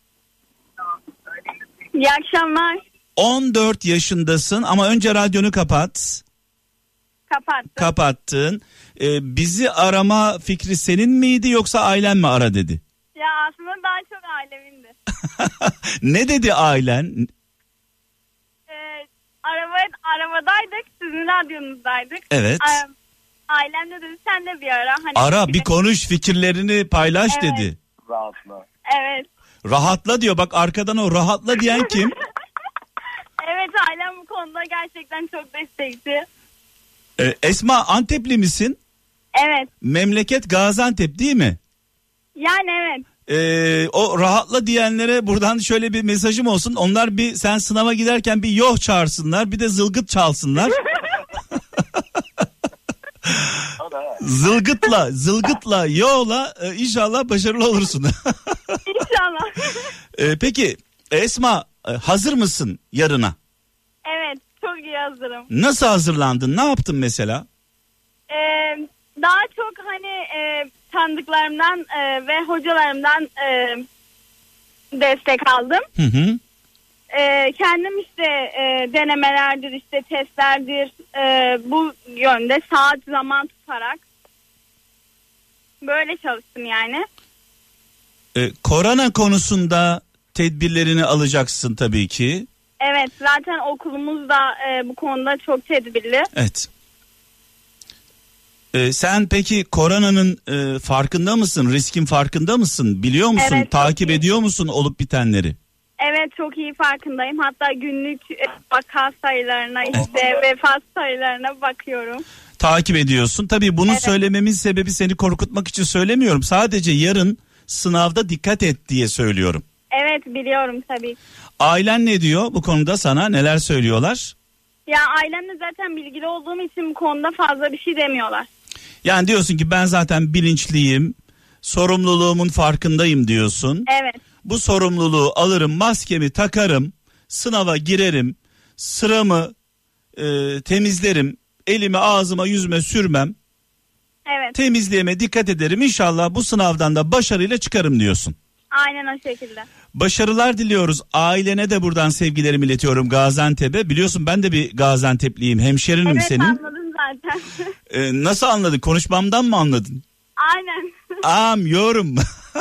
İyi akşamlar. on dört yaşındasın ama önce radyonu kapat. Kapattım. Kapattın. Ee, bizi arama fikri senin miydi yoksa ailen mi ara dedi? Ya aslında daha çok ailemindi. Ne dedi ailen? Ee, araba, arabadaydık, sizin radyonuzdaydık. Evet. A- ailem de dedi sen de bir ara. Hani Ara bir konuş, fikirlerini paylaş evet. dedi. Rahatla. Evet. Rahatla diyor, bak arkadan o rahatla diyen kim? Evet, ailem bu konuda gerçekten çok destekçi. Ee, Esma, Antepli misin? Evet. Memleket Gaziantep değil mi? Yani evet. Ee, o rahatla diyenlere buradan şöyle bir mesajım olsun. Onlar bir sen sınava giderken bir yoh çağırsınlar, bir de zılgıt çalsınlar. Zılgıtla, zılgıtla, yoğla e, inşallah başarılı olursun. İnşallah. e, peki Esma, e, hazır mısın yarına? Evet, çok iyi hazırım. Nasıl hazırlandın? Ne yaptın mesela? Ee, daha çok hani e, tanıdıklarımdan e, ve hocalarımdan e, destek aldım. Hı hı. E, kendim işte e, denemelerdir, işte testlerdir, e, bu yönde saat zaman tutarak böyle çalıştım yani. E, korona konusunda tedbirlerini alacaksın tabii ki. Evet, zaten okulumuz da e, bu konuda çok tedbirli. Evet. E, sen peki koronanın e, farkında mısın? Riskin farkında mısın? Biliyor musun? Evet, takip iyi. ediyor musun olup bitenleri? Evet, çok iyi farkındayım. Hatta günlük e, vaka sayılarına, işte vefat sayılarına bakıyorum. Takip ediyorsun. Tabii bunu Evet. söylememin sebebi seni korkutmak için söylemiyorum. Sadece yarın sınavda dikkat et diye söylüyorum. Evet, biliyorum tabii. Ailen ne diyor bu konuda, sana neler söylüyorlar? Ya ailemle zaten bilgili olduğum için bu konuda fazla bir şey demiyorlar. Yani diyorsun ki ben zaten bilinçliyim, sorumluluğumun farkındayım diyorsun. Evet. Bu sorumluluğu alırım, maskemi takarım, sınava girerim, sıramı e, temizlerim, elimi ağzıma yüzüme sürmem. Evet. Temizliğime dikkat ederim, İnşallah bu sınavdan da başarıyla çıkarım diyorsun. Aynen o şekilde. Başarılar diliyoruz. Ailene de buradan sevgilerimi iletiyorum Gaziantep'e. Biliyorsun ben de bir Gaziantep'liyim, hemşerinim evet, senin. Evet, anladım zaten. Ee, nasıl anladın? Konuşmamdan mı anladın? Aynen. Am yorum.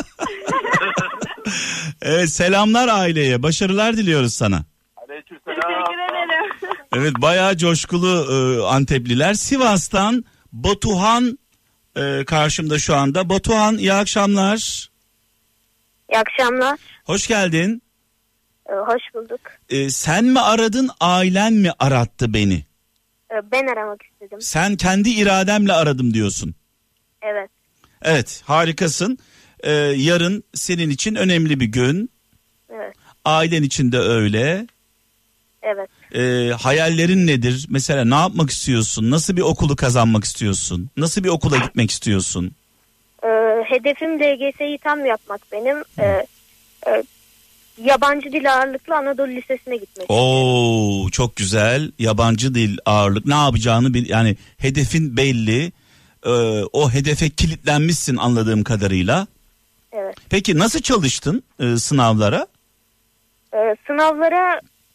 Evet, selamlar aileye. Başarılar diliyoruz sana. Teşekkür ederim. Evet, bayağı coşkulu e, Antepliler. Sivas'tan Batuhan e, karşımda şu anda. Batuhan, iyi akşamlar. İyi akşamlar. Hoş geldin. Ee, hoş bulduk. E, sen mi aradın, ailen mi arattı beni? Ee, ben aramak istedim. Sen kendi irademle aradım diyorsun. Evet. Evet, harikasın. Ee, yarın senin için önemli bir gün. Evet. Ailen için de öyle. Evet. Ee, hayallerin nedir? Mesela ne yapmak istiyorsun? Nasıl bir okulu kazanmak istiyorsun? Nasıl bir okula gitmek istiyorsun? Ee, hedefim D G S'yi tam yapmak benim. Ee, e, yabancı dil ağırlıklı Anadolu Lisesi'ne gitmek. Oo, çok güzel. Yabancı dil ağırlık. Ne yapacağını bil. Yani hedefin belli. Ee, o hedefe kilitlenmişsin anladığım kadarıyla. Evet. Peki nasıl çalıştın e, sınavlara? Ee, sınavlara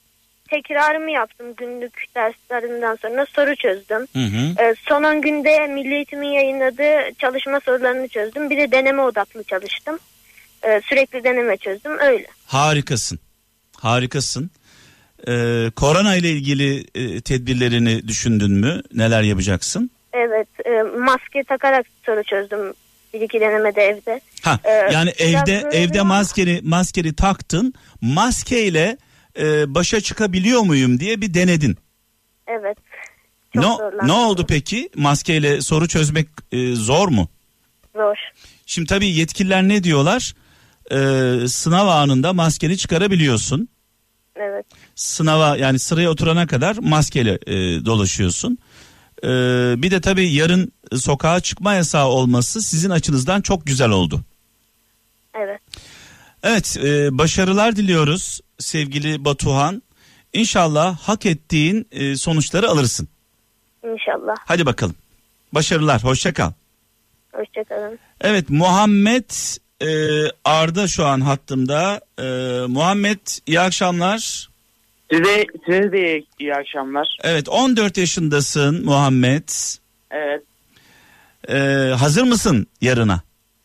tekrarımı yaptım günlük derslerinden sonra soru çözdüm. Hı hı. Ee, son on günde Milli Eğitim'in yayınladığı çalışma sorularını çözdüm. Bir de deneme odaklı çalıştım. Ee, sürekli deneme çözdüm öyle. Harikasın. Harikasın. Ee, korona ile ilgili e, tedbirlerini düşündün mü? Neler yapacaksın? Evet, e, maske takarak soru çözdüm bir iki denemede evde. Ha, Ee, yani evde böyle... evde maskeni maskeni taktın. Maskeyle e, başa çıkabiliyor muyum diye bir denedin. Evet. Ne ne oldu peki? Maskeyle soru çözmek e, zor mu? Zor. Şimdi tabii yetkililer ne diyorlar? Ee, sınav anında maskeni çıkarabiliyorsun. Evet. Sınava yani sıraya oturana kadar maskeyle e, dolaşıyorsun. Ee, bir de tabii yarın sokağa çıkma yasağı olması sizin açınızdan çok güzel oldu. Evet. Evet, e, başarılar diliyoruz sevgili Batuhan. İnşallah hak ettiğin e, sonuçları alırsın. İnşallah. Hadi bakalım. Başarılar, hoşça kal. Hoşçakalın. Evet, Muhammed e, Arda şu an hattımda. E, Muhammed, iyi akşamlar. Size, size de iyi akşamlar. Evet, on dört yaşındasın Muhammed. Evet. E, hazır mısın yarına?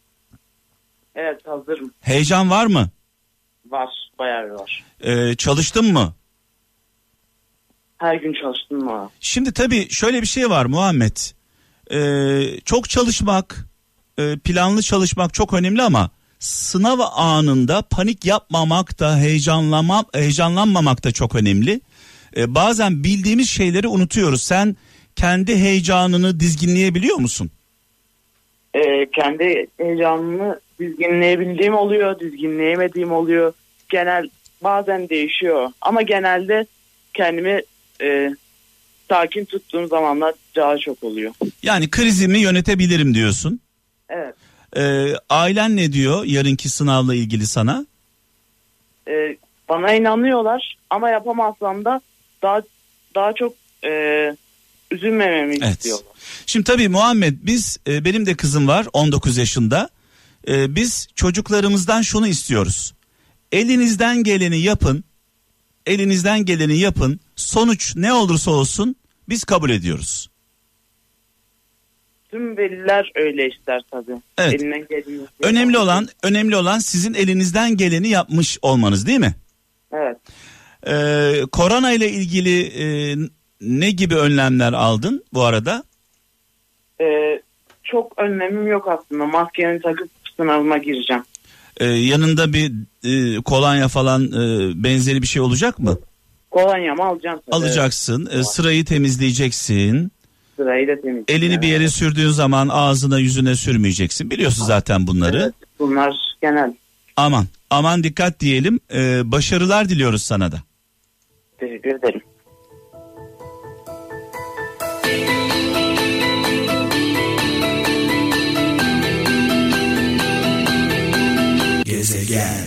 Evet, hazırım. Heyecan var mı? Var, bayağı var. E, çalıştın mı? Her gün çalıştım mı? Şimdi tabii şöyle bir şey var Muhammed. Ee, çok çalışmak, e, planlı çalışmak çok önemli ama sınav anında panik yapmamak da heyecanlama, heyecanlanmamak da çok önemli. Ee, bazen bildiğimiz şeyleri unutuyoruz. Sen kendi heyecanını dizginleyebiliyor musun? Ee, kendi heyecanımı dizginleyebildiğim oluyor, dizginleyemediğim oluyor. Genel bazen değişiyor ama genelde kendimi e, sakin tuttuğum zamanlar daha çok oluyor. Yani krizimi yönetebilirim diyorsun. Evet. Ee, ailen ne diyor yarınki sınavla ilgili sana? Ee, bana inanıyorlar ama yapamazsam da daha daha çok e, üzülmememi evet. istiyorlar. Şimdi tabii Muhammed biz e, benim de kızım var on dokuz yaşında. E, biz çocuklarımızdan şunu istiyoruz. Elinizden geleni yapın. Elinizden geleni yapın. Sonuç ne olursa olsun biz kabul ediyoruz. Tüm veliler öyle ister tabii. Evet. Elinden geleni önemli olan önemli olan sizin elinizden geleni yapmış olmanız değil mi? Evet. Ee, korona ile ilgili e, ne gibi önlemler aldın bu arada? Ee, çok önlemim yok aslında. Maskeni takıp sınavıma gireceğim. Ee, yanında bir e, kolonya falan e, benzeri bir şey olacak mı? Kolonyamı alacağım. Tabii. Alacaksın. Evet. E, sırayı temizleyeceksin. Sırayı da temizleyeceğim. Elini bir yere sürdüğün zaman ağzına yüzüne sürmeyeceksin. Biliyorsun zaten bunları. Evet, bunlar genel. Aman aman dikkat diyelim. Ee, başarılar diliyoruz sana da. Teşekkür ederim. Gezegen.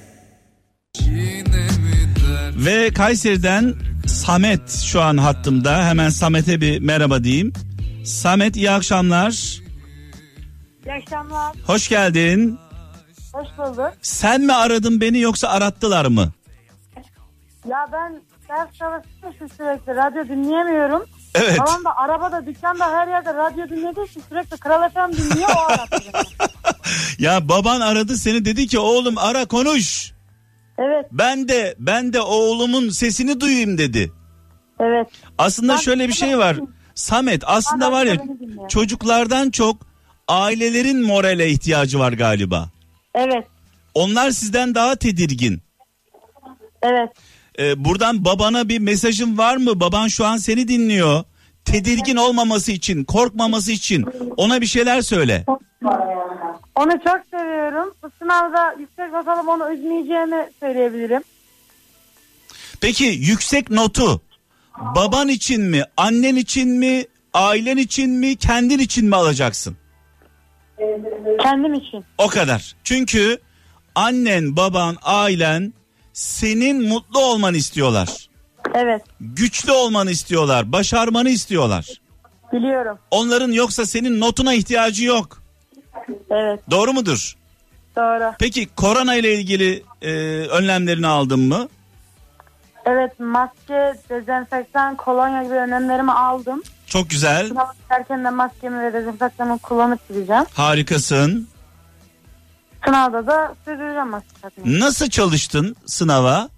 Ve Kayseri'den Samet şu an hattımda. Hemen Samet'e bir merhaba diyeyim. Samet iyi akşamlar. İyi akşamlar. Hoş geldin. Hoş bulduk. Sen mi aradın beni yoksa arattılar mı? Ya ben ders çalıştım sürekli radyo dinleyemiyorum. Evet. Tamam da arabada, dükkanda, her yerde radyo dinlediği için sürekli Kral F M dinliyor, o arattı. Ya baban aradı seni, dedi ki oğlum ara konuş. Evet. Ben de ben de oğlumun sesini duyayım dedi. Evet. Aslında ben şöyle bir şey var. Samet aslında var ya çocuklardan çok ailelerin morale ihtiyacı var galiba. Evet. Onlar sizden daha tedirgin. Evet. Ee, buradan babana bir mesajın var mı? Baban şu an seni dinliyor. Tedirgin olmaması için, korkmaması için ona bir şeyler söyle. Onu çok seviyorum. Bu sınavda yüksek not alıp onu üzmeyeceğimi söyleyebilirim. Peki yüksek notu baban için mi, annen için mi, ailen için mi, kendin için mi alacaksın? Kendim için. O kadar. Çünkü annen, baban, ailen senin mutlu olmanı istiyorlar. Evet. Güçlü olmanı istiyorlar, başarmanı istiyorlar. Biliyorum. Onların yoksa senin notuna ihtiyacı yok. Evet. Doğru mudur? Doğru. Peki korona ile ilgili e, önlemlerini aldın mı? Evet, maske, dezenfektan, kolonya gibi önlemlerimi aldım. Çok güzel. Sınava giderken de maskemi ve dezenfektanımı kullanıp gideceğim. Harikasın. Sınavda da sürdüreceğim maske takmayı. Nasıl çalıştın sınava?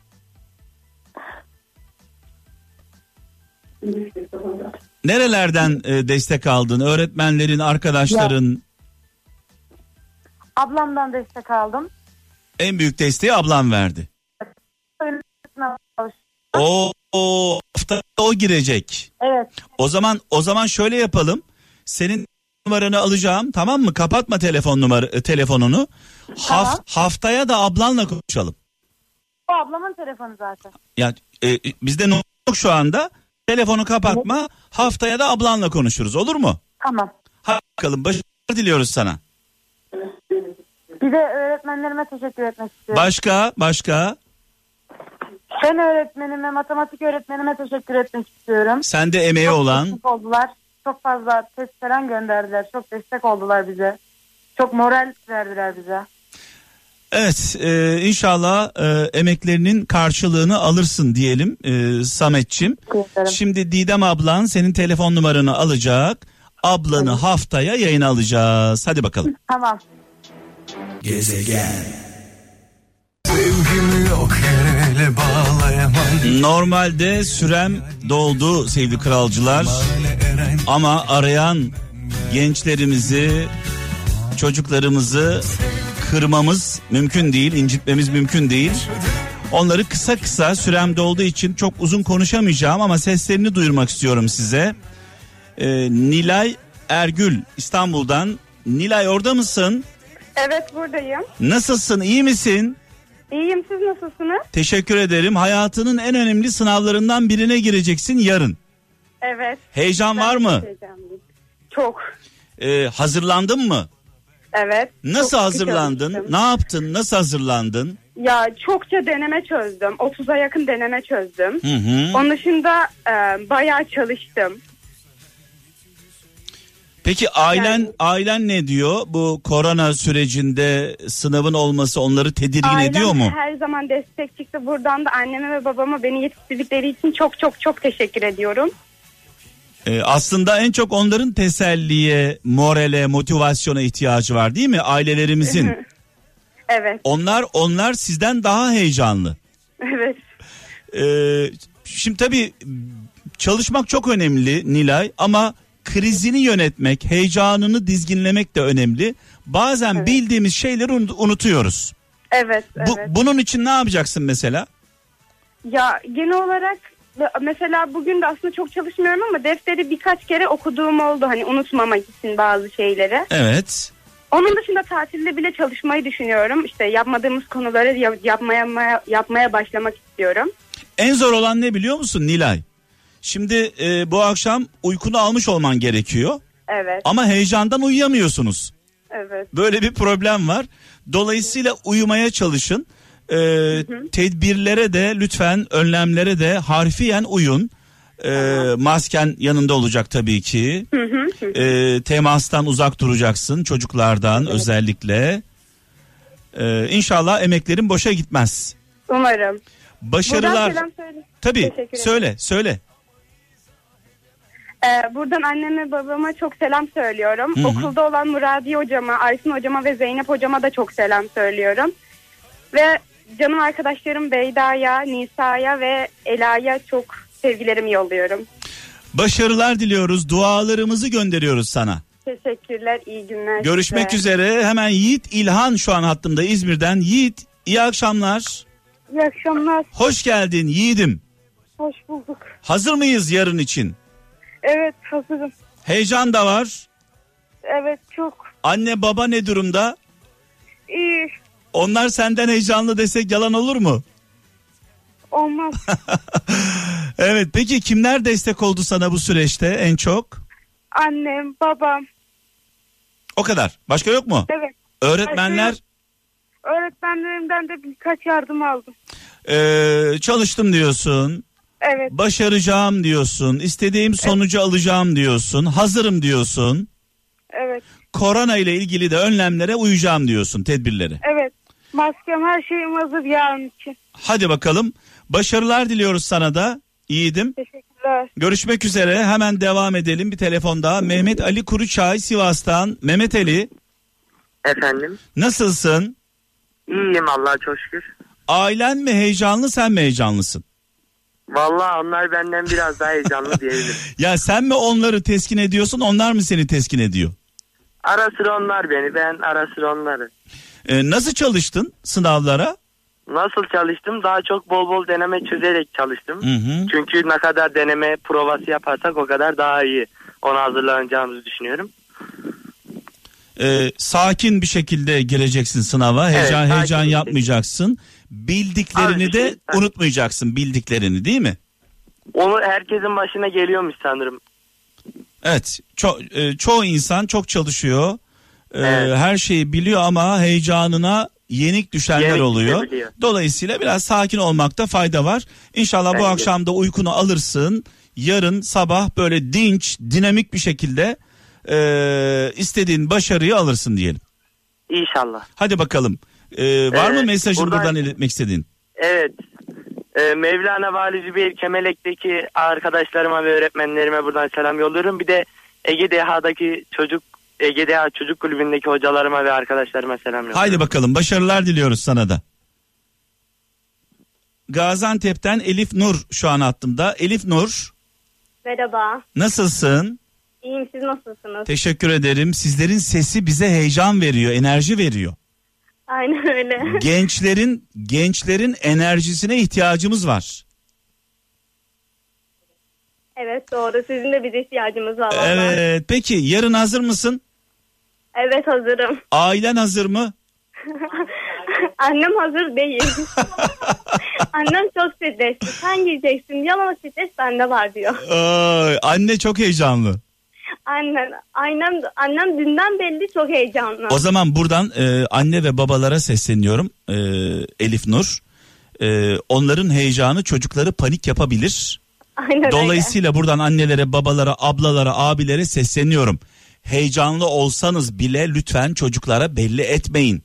Nerelerden e, destek aldın? Öğretmenlerin, arkadaşların? Ya. Ablamdan destek aldım. En büyük desteği ablam verdi. O, o hafta o girecek. Evet. O zaman o zaman şöyle yapalım. Senin numaranı alacağım, tamam mı? Kapatma telefon numara telefonunu. Tamam. Haf, haftaya da ablanla konuşalım. O ablamın telefonu zaten. Ya e, bizde ne yok şu anda? Telefonu kapatma. Evet. Haftaya da ablanla konuşuruz. Olur mu? Tamam. Hadi bakalım. Başarılar diliyoruz sana. Bir de öğretmenlerime teşekkür etmek istiyorum. Başka? Başka? Fen öğretmenime, matematik öğretmenime teşekkür etmek istiyorum. Sen de emeği çok olan. Çok oldular. Çok fazla test falan gönderdiler. Çok destek oldular bize. Çok moral verdiler bize. Evet, e, inşallah e, emeklerinin karşılığını alırsın diyelim e, Sametçim. Şimdi Didem ablan senin telefon numaranı alacak. Ablanı evet. haftaya yayına alacağız. Hadi bakalım. Tamam. Gezegen. Sevgimi yok yere bağlayamam. Normalde sürem doldu sevgili kralcılar. Ama arayan gençlerimizi, çocuklarımızı kırmamız mümkün değil, incitmemiz mümkün değil. Onları kısa kısa, süremde olduğu için çok uzun konuşamayacağım ama seslerini duyurmak istiyorum size. Ee, Nilay Ergül İstanbul'dan. Nilay, orada mısın? Evet, buradayım. Nasılsın, iyi misin? İyiyim, siz nasılsınız? Teşekkür ederim. Hayatının en önemli sınavlarından birine gireceksin yarın. Evet. Heyecan var mı? Çok. Ee, hazırlandın mı? Evet. Nasıl hazırlandın? Ne yaptın? Nasıl hazırlandın? Ya çokça deneme çözdüm. otuza yakın deneme çözdüm. Hı hı. Onun dışında e, bayağı çalıştım. Peki ailen yani, ailen ne diyor? Bu korona sürecinde sınavın olması onları tedirgin ailem ediyor mu? Her zaman destek çıktı. Buradan da anneme ve babama beni yetiştirdikleri için çok çok çok teşekkür ediyorum. Ee, aslında en çok onların teselliye, morale, motivasyona ihtiyacı var değil mi? Ailelerimizin. Evet. Onlar onlar sizden daha heyecanlı. Evet. Ee, şimdi tabii çalışmak çok önemli Nilay, ama krizini yönetmek, heyecanını dizginlemek de önemli. Bazen evet. bildiğimiz şeyleri unutuyoruz. Evet, Bu, evet. Bunun için ne yapacaksın mesela? Ya genel olarak mesela bugün de aslında çok çalışmıyorum ama defteri birkaç kere okuduğum oldu. Hani unutmamak için bazı şeyleri. Evet. Onun dışında tatilde bile çalışmayı düşünüyorum. İşte yapmadığımız konuları yapmaya yapmaya başlamak istiyorum. En zor olan ne biliyor musun Nilay? Şimdi e, bu akşam uykunu almış olman gerekiyor. Evet. Ama heyecandan uyuyamıyorsunuz. Evet. Böyle bir problem var. Dolayısıyla uyumaya çalışın. Ee, hı hı. Tedbirlere de lütfen, önlemlere de harfiyen uyun. Ee, masken yanında olacak tabii ki. Hı hı hı. Ee, temastan uzak duracaksın, çocuklardan evet. özellikle. Ee, İnşallah emeklerin boşa gitmez. Umarım. Başarılar. Tabii söyle söyle. Ee, buradan anneme babama çok selam söylüyorum. Hı hı. Okulda olan Muradiye hocama, Aysun hocama ve Zeynep hocama da çok selam söylüyorum. Ve canım arkadaşlarım Beyda'ya, Nisa'ya ve Ela'ya çok sevgilerimi yolluyorum. Başarılar diliyoruz. Dualarımızı gönderiyoruz sana. Teşekkürler. İyi günler. Görüşmek size. üzere. Hemen Yiğit İlhan şu an hattımda İzmir'den. Yiğit, iyi akşamlar. İyi akşamlar. Hoş geldin Yiğidim. Hoş bulduk. Hazır mıyız yarın için? Evet, hazırım. Heyecan da var. Evet, çok. Anne baba ne durumda? İyi. Onlar senden heyecanlı desek yalan olur mu? Olmaz. Evet, peki kimler destek oldu sana bu süreçte en çok? Annem, babam. O kadar. Başka yok mu? Evet. Öğretmenler? Öğretmenlerimden de birkaç yardım aldım. Ee, çalıştım diyorsun. Evet. Başaracağım diyorsun. İstediğim sonucu evet. alacağım diyorsun. Hazırım diyorsun. Evet. Korona ile ilgili de önlemlere uyacağım diyorsun, tedbirlere. Evet. Maskem, her şeyim hazır yarın için. Hadi bakalım. Başarılar diliyoruz sana da. Yiğidim. Teşekkürler. Görüşmek üzere. Hemen devam edelim. Bir telefon daha. Mehmet Ali Kuruçay Sivas'tan. Mehmet Ali. Efendim? Nasılsın? İyiyim Allah'a çok şükür. Ailen mi heyecanlı, sen mi heyecanlısın? Vallahi onlar benden biraz daha heyecanlı diyebilirim. Ya sen mi onları teskin ediyorsun, onlar mı seni teskin ediyor? Ara sıra onlar beni, ben ara sıra onları. Ee, nasıl çalıştın sınavlara? Nasıl çalıştım? Daha çok bol bol deneme çözerek çalıştım. Hı hı. Çünkü ne kadar deneme provası yaparsak o kadar daha iyi ona hazırlanacağımızı düşünüyorum. Ee, sakin bir şekilde gireceksin sınava. Heyecan Evet, heyecan sakin. yapmayacaksın. Bildiklerini Abi, de şey- unutmayacaksın, bildiklerini, değil mi? Onu herkesin başına geliyormuş sanırım. Evet. Ço- e, çoğu insan çok çalışıyor. Ee, Evet. Her şeyi biliyor ama heyecanına yenik düşenler Yenik oluyor. düşebiliyor. Dolayısıyla biraz sakin olmakta fayda var. İnşallah bu Bence. akşam da uykunu alırsın. Yarın sabah böyle dinç, dinamik bir şekilde e, istediğin başarıyı alırsın diyelim. İnşallah. Hadi bakalım. Ee, var mı Evet, mesajın buradan- buradan iletmek istediğin? Evet. Ee, Mevlana Vali Zübeyir Kemelek'teki arkadaşlarıma ve öğretmenlerime buradan selam yolluyorum. Bir de Ege Deha'daki çocuk Ege Deha Çocuk Kulübü'ndeki hocalarıma ve arkadaşlarıma selam yolluyorum. Haydi bakalım, başarılar diliyoruz sana da. Gaziantep'ten Elif Nur şu an hattımda. Elif Nur, Merhaba. nasılsın? İyiyim, siz nasılsınız? Teşekkür ederim. Sizlerin sesi bize heyecan veriyor, enerji veriyor. Aynen öyle. Gençlerin gençlerin enerjisine ihtiyacımız var. Evet doğru, sizin de bize ihtiyacımız var. vallahi. Evet. Peki yarın hazır mısın? Evet hazırım. Ailen hazır mı? Annem hazır değil. Annem çok stresli. Sen gideceksin diyor ama stres bende var diyor. Ay, anne çok heyecanlı. Annem, annem, annem dünden belli çok heyecanlı. O zaman buradan e, anne ve babalara sesleniyorum, e, Elif Nur. E, onların heyecanı çocukları panik yapabilir. Aynen Dolayısıyla öyle. Buradan annelere, babalara, ablalara, abilere sesleniyorum. Heyecanlı olsanız bile lütfen çocuklara belli etmeyin.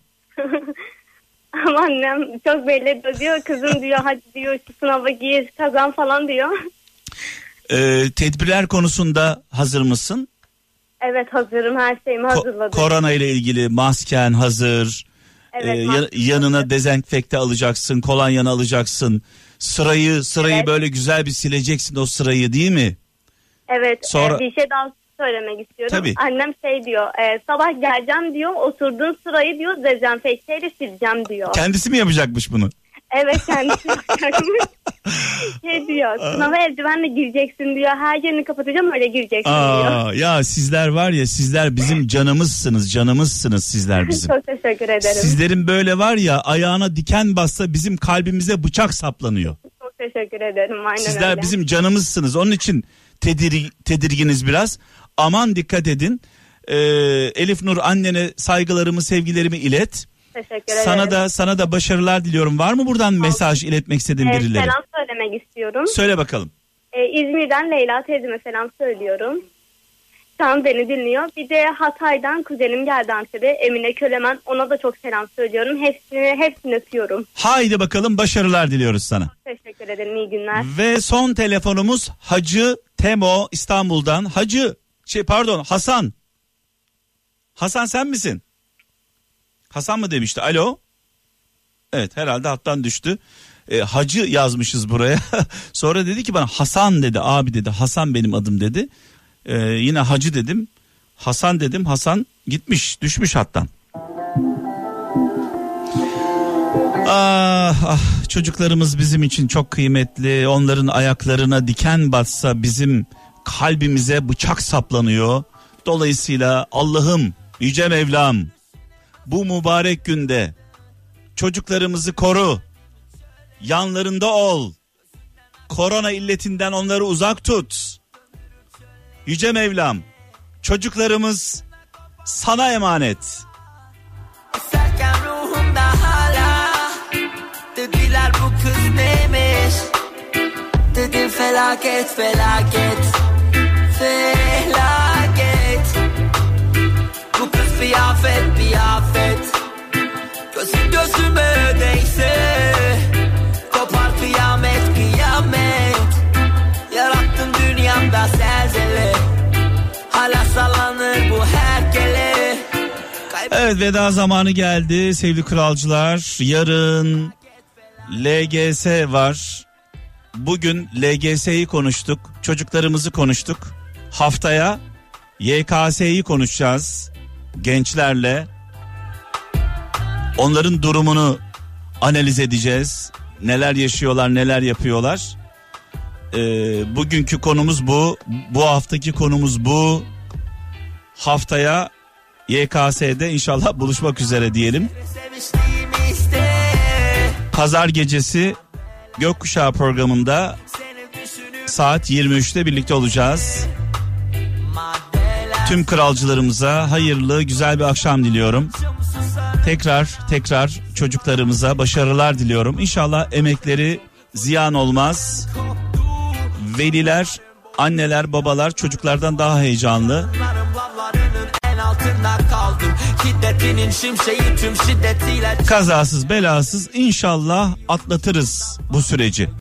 Ama annem çok belli ediyor. Diyor kızım diyor hadi diyor şu sınava gir kazan falan diyor. E, tedbirler konusunda hazır mısın? Evet hazırım, her şeyimi hazırladım. Ko- korona ile ilgili masken hazır. Evet, Ee, maskem yanına hazır. dezenfekte alacaksın, kolonyanı alacaksın. Sırayı sırayı Evet. böyle güzel bir sileceksin o sırayı, değil mi? Evet. Sonra- e, bir şey daha söylemek istiyorum. Tabii. Annem şey diyor. E, sabah geleceğim diyor. Oturduğun sırayı diyor dezenfekteyle sileceğim diyor. Kendisi mi yapacakmış bunu? Evet kendisi yapacakmış. Şey diyor. Sınava eldivenle gireceksin diyor. Her yerini kapatacağım öyle gireceksin diyor. Aa, ya sizler var ya, sizler bizim canımızsınız, canımızsınız sizler bizim. Çok teşekkür ederim. Sizlerin böyle var ya, ayağına diken bassa bizim kalbimize bıçak saplanıyor. Çok teşekkür ederim. Aynen Sizler öyle. bizim canımızsınız. Onun için tedir, tedirginiz biraz. Aman dikkat edin. Ee, Elif Nur, annene saygılarımı, sevgilerimi ilet. Teşekkür ederim. Sana da sana da başarılar diliyorum. Var mı buradan mesaj iletmek istediğin E, birileri? selam söylemek istiyorum. Söyle bakalım. E, İzmir'den Leyla teyzeme selam söylüyorum. Şu an beni dinliyor. Bir de Hatay'dan kuzenim geldi Antep'e. Emine Kölemen. Ona da çok selam söylüyorum. Hepsini, hepsini öpüyorum. Haydi bakalım, başarılar diliyoruz sana. Teşekkür ederim. İyi günler. Ve son telefonumuz Hacı Temo İstanbul'dan. Hacı şey pardon Hasan. Hasan sen misin? Hasan mı demişti? Alo. Evet, herhalde hattan düştü. E, Hacı yazmışız buraya. Sonra dedi ki bana Hasan dedi, abi dedi, Hasan benim adım dedi. E, yine Hacı dedim. Hasan dedim. Hasan gitmiş, düşmüş hattan. Ah, ah, çocuklarımız bizim için çok kıymetli. Onların ayaklarına diken batsa bizim kalbimize bıçak saplanıyor. Dolayısıyla Allah'ım, Yüce Mevlam, bu mübarek günde çocuklarımızı koru. Yanlarında ol. Korona illetinden onları uzak tut. Yüce Mevlam, çocuklarımız sana emanet. Ruhumda hala dediler bu kız neymiş, dedim felaket felaket felaket, bu kız bir afet bir afet, Gözüm gözüme değse, kopar kıyamet kıyamet. Yarattın dünyamda zelzele, hala sallanır bu herkele. Evet, veda zamanı geldi sevgili kralcılar. Yarın L G S var. Bugün L G S'yi konuştuk, çocuklarımızı konuştuk. Haftaya Y K S'yi konuşacağız gençlerle. Onların durumunu analiz edeceğiz. Neler yaşıyorlar, neler yapıyorlar. Ee, bugünkü konumuz bu. Bu haftaki konumuz bu. Haftaya Y K S'de inşallah buluşmak üzere diyelim. Pazar gecesi Gökkuşağı programında saat yirmi üçte birlikte olacağız. Tüm kralcılarımıza hayırlı, güzel bir akşam diliyorum. Tekrar tekrar çocuklarımıza başarılar diliyorum. İnşallah emekleri ziyan olmaz. Veliler, anneler, babalar çocuklardan daha heyecanlı. Kazasız belasız inşallah atlatırız bu süreci.